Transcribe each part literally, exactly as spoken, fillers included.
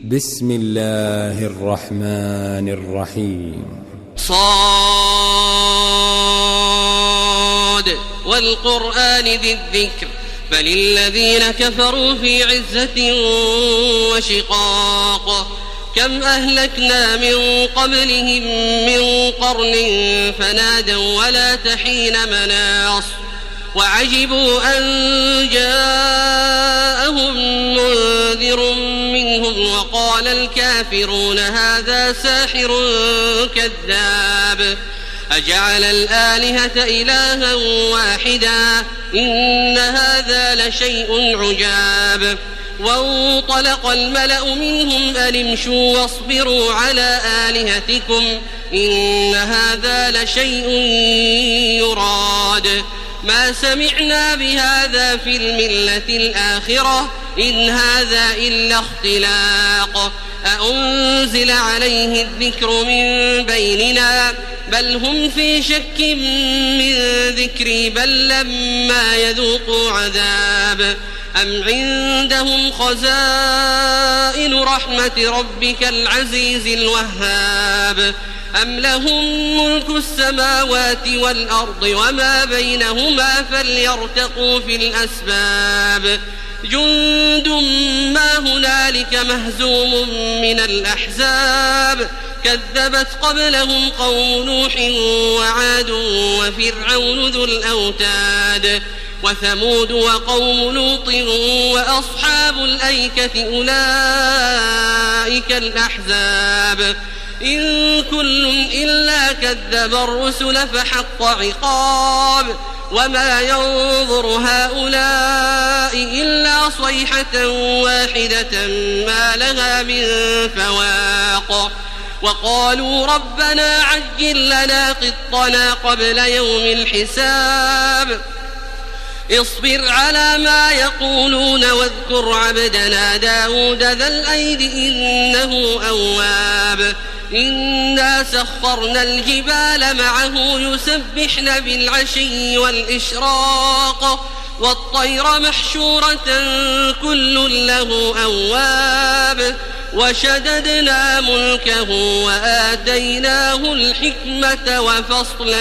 بسم الله الرحمن الرحيم. صاد والقرآن ذي الذكر بل الذين كفروا في عزة وشقاق كم أهلكنا من قبلهم من قرن فنادوا ولا تحين مناص وعجبوا أن جاءهم منذر منهم وقال الكافرون هذا ساحر كذاب أجعل الآلهة إلها واحدا إن هذا لشيء عجاب وانطلق الملأ منهم أن امشوا واصبروا على آلهتكم إن هذا لشيء يراد ما سمعنا بهذا في الملة الآخرة إن هذا إلا اختلاق أأنزل عليه الذكر من بيننا بل هم في شك من ذكري بل لما يذوقوا عذاب أم عندهم خزائن رحمة ربك العزيز الوهاب أم لهم ملك السماوات والأرض وما بينهما فليرتقوا في الأسباب جند ما هنالك مهزوم من الأحزاب كذبت قبلهم قوم نوح وعاد وفرعون ذو الأوتاد وثمود وقوم لوط وأصحاب الأيكة أولئك الأحزاب إن كل إلا كذب الرسل فحق عقاب وما ينظر هؤلاء إلا صيحة واحدة ما لها من فواق وقالوا ربنا عجل لنا قطنا قبل يوم الحساب اصبر على ما يقولون واذكر عبدنا داود ذا الأيد إنه أواب إنا سخرنا الجبال معه يسبحن بالعشي والإشراق والطير محشورة كل له أواب وشددنا ملكه وآتيناه الحكمة وفصل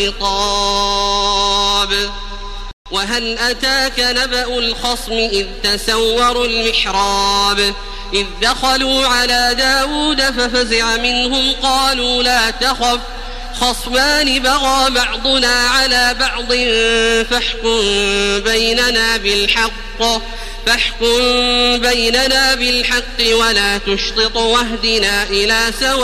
الخطاب وهل أتاك نبأ الخصم إذ تسوروا المحراب إذ دخلوا على داود ففزع منهم قالوا لا تخف خصمان بغى بعضنا على بعض فاحكم بيننا بالحق فاحكم بيننا بالحق ولا تشطط واهدنا إلى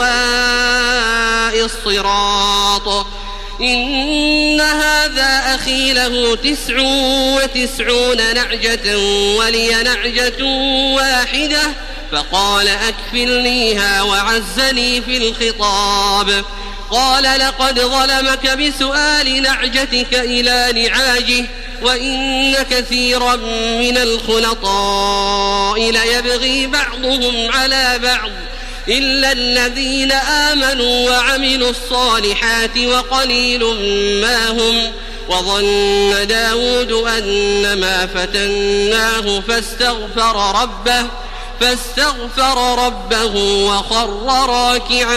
سواء الصراط إن هذا أخي له تسع وتسعون نعجة ولي نعجة واحدة فقال أكفلنيها وعزني في الخطاب قال لقد ظلمك بسؤال نعجتك إلى نعاجه وإن كثيرا من الخلطاء ليبغي بعضهم على بعض إلا الذين آمنوا وعملوا الصالحات وقليل ما هم وظن داود أنما فتناه فاستغفر ربه فاستغفر ربه وخر راكعا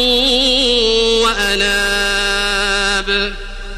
وأناب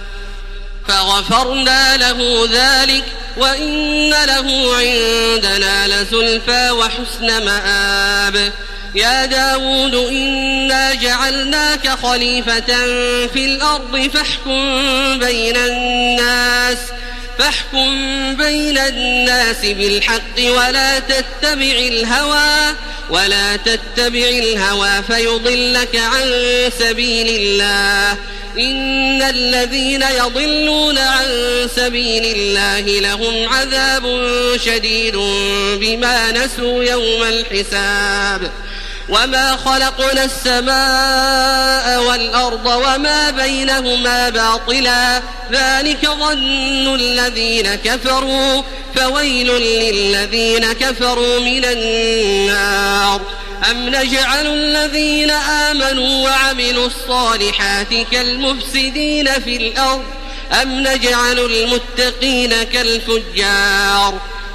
فغفرنا له ذلك وإن له عندنا لزلفى وحسن مآب يا داود إنا جعلناك خليفة في الأرض فاحكم بين الناس فاحكم بين الناس بالحق ولا تتبع الهوى ولا تتبع الهوى فيضلك عن سبيل الله إن الذين يضلون عن سبيل الله لهم عذاب شديد بما نسوا يوم الحساب وما خلقنا السماء والأرض وما بينهما باطلا ذلك ظن الذين كفروا فويل للذين كفروا من النار أم نجعل الذين آمنوا وعملوا الصالحات كالمفسدين في الأرض أم نجعل المتقين كالفجار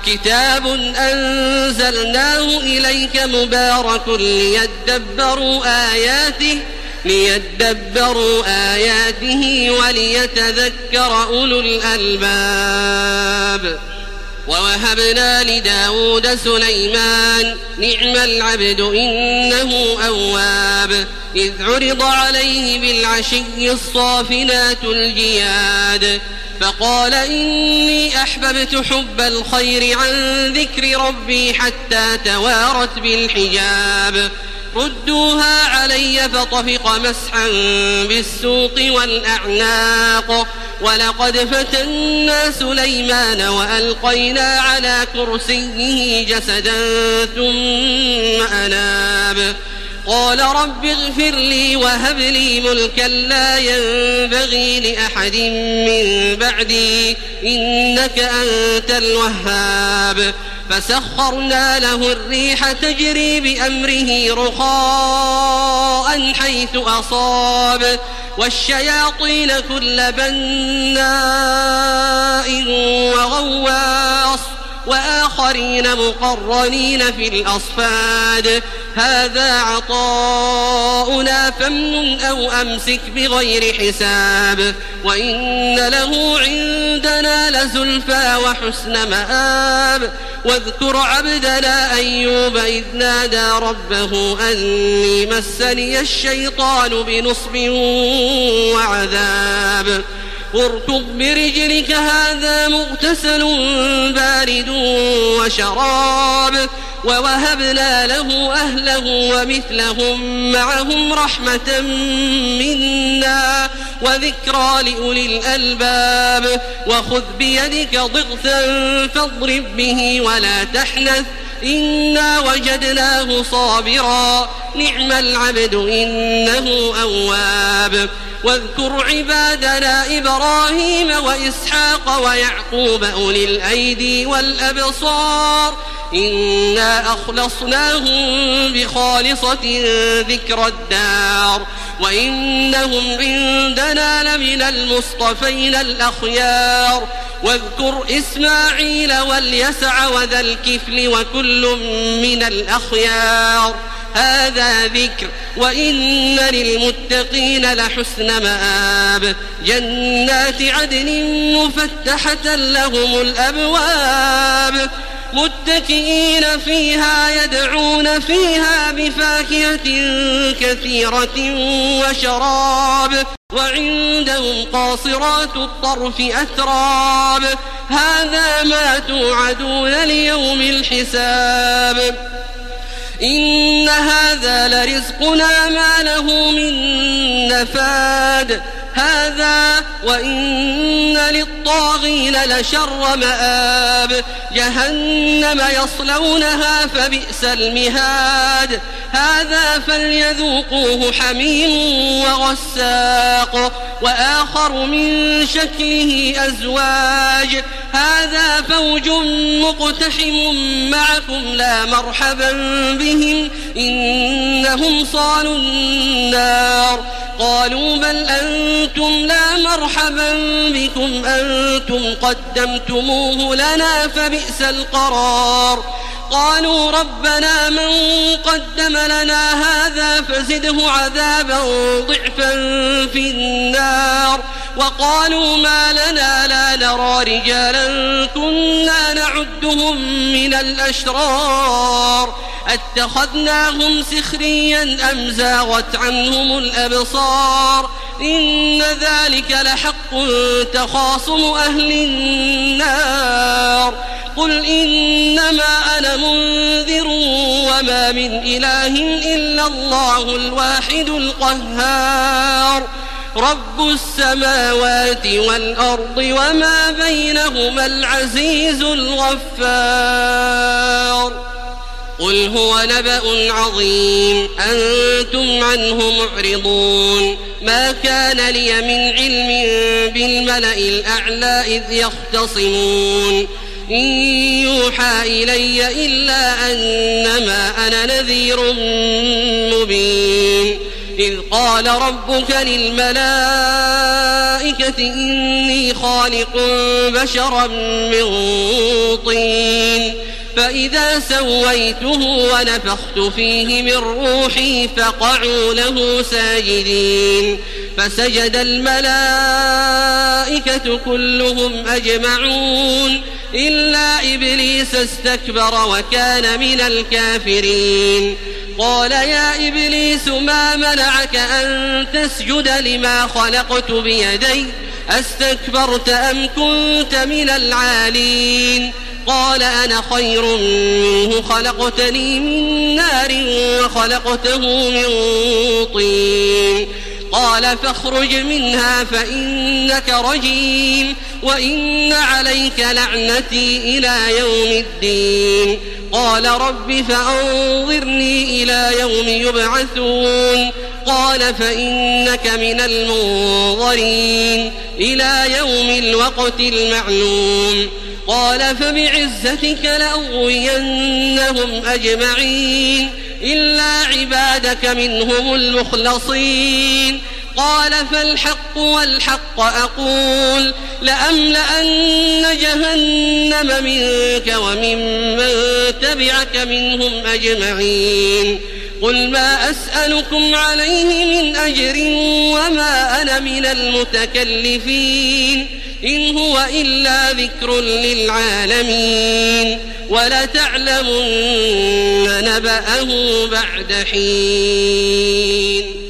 كتاب أنزلناه إليك مبارك ليدبروا آياته ليدبروا آياته وليتذكر أولو الألباب ووهبنا لداود سليمان نعم العبد إنه أواب إذ عرض عليه بالعشي الصافنات الجياد فقال إني أحببت حب الخير عن ذكر ربي حتى توارت بالحجاب ردوها علي فطفق مسحا بالسوق والأعناق ولقد فتنا سليمان وألقينا على كرسيه جسدا ثم أناب قال رب اغفر لي وهب لي ملكا لا ينبغي لأحد من بعدي إنك أنت الوهاب فسخرنا له الريح تجري بأمره رخاء حيث أصاب والشياطين كل بناء وغواص وآخرين مقرنين في الأصفاد هذا عطاؤنا فامنن أو أمسك بغير حساب وإن له عندنا لزلفى وحسن مآب واذكر عبدنا أيوب إذ نادى ربه أني مسني الشيطان بنصب وعذاب اركض برجلك هذا مغتسل بارد وشراب ووهبنا له أهله ومثلهم معهم رحمة منا وذكرى لأولي الألباب وخذ بيدك ضغثا فاضرب به ولا تحنث إنا وجدناه صابرا نعم العبد إنه أواب واذكر عبادنا إبراهيم وإسحاق ويعقوب أولي الأيدي والأبصار إنا أخلصناهم بخالصة ذكر الدار وإنهم عندنا لمن المصطفين الأخيار واذكر إسماعيل واليسع وذا الكفل وكل من الأخيار هذا ذكر وإن للمتقين لحسن مآب جنات عدن مفتحة لهم الأبواب متكئين فيها يدعون فيها بفاكهة كثيرة وشراب وعندهم قاصرات الطرف أتراب هذا ما توعدون ليوم الحساب إن هذا لرزقنا ما له من نفاد هذا وإن للطاغين لشر مآب جهنم يصلونها فبئس المهاد هذا فليذوقوه حميم وغساق وآخر من شكله أزواج هذا فوج مقتحم معكم لا مرحبا بهم إنهم صالوا النار قالوا بل أنتم لا مرحبا بكم أنتم قدمتموه لنا فبئس القرار قالوا ربنا من قدم لنا هذا فزده عذابا ضعفا في النار وقالوا ما لنا لا نرى رجالا كنا نعدهم من الأشرار اتخذناهم سخريا أم زاغت عنهم الأبصار إن ذلك لحق تخاصم أهل النار قل إنما أنا منذر وما من إله إلا الله الواحد القهار رب السماوات والأرض وما بينهما العزيز الغفار قل هو نبأ عظيم أنتم عنه معرضون ما كان لي من علم بالملأ الأعلى إذ يختصمون إن يوحى إلي إلا أنما أنا نذير مبين إذ قال ربك للملائكة إني خالق بشرا من طين فإذا سويته ونفخت فيه من روحي فقعوا له ساجدين فسجد الملائكة كلهم أجمعون إلا إبليس استكبر وكان من الكافرين قال يا إبليس ما منعك أن تسجد لما خلقت بيدي أستكبرت أم كنت من العالين قال أنا خير منه خلقتني من نار وخلقته من طين قال فاخرج منها فإنك رجيم وإن عليك لعنتي إلى يوم الدين قال رب فأنظرني إلى يوم يبعثون قال فإنك من المنظرين إلى يوم الوقت المعلوم قال فبعزتك لأغوينهم أجمعين إلا عبادك منهم المخلصين قال فالحق والحق أقول لأملأن جهنم منك وممن تبعك منهم أجمعين قل ما أسألكم عليه من أجر وما أنا من المتكلفين إن هو إلا ذكر للعالمين ولتعلمن نبأه بعد حين.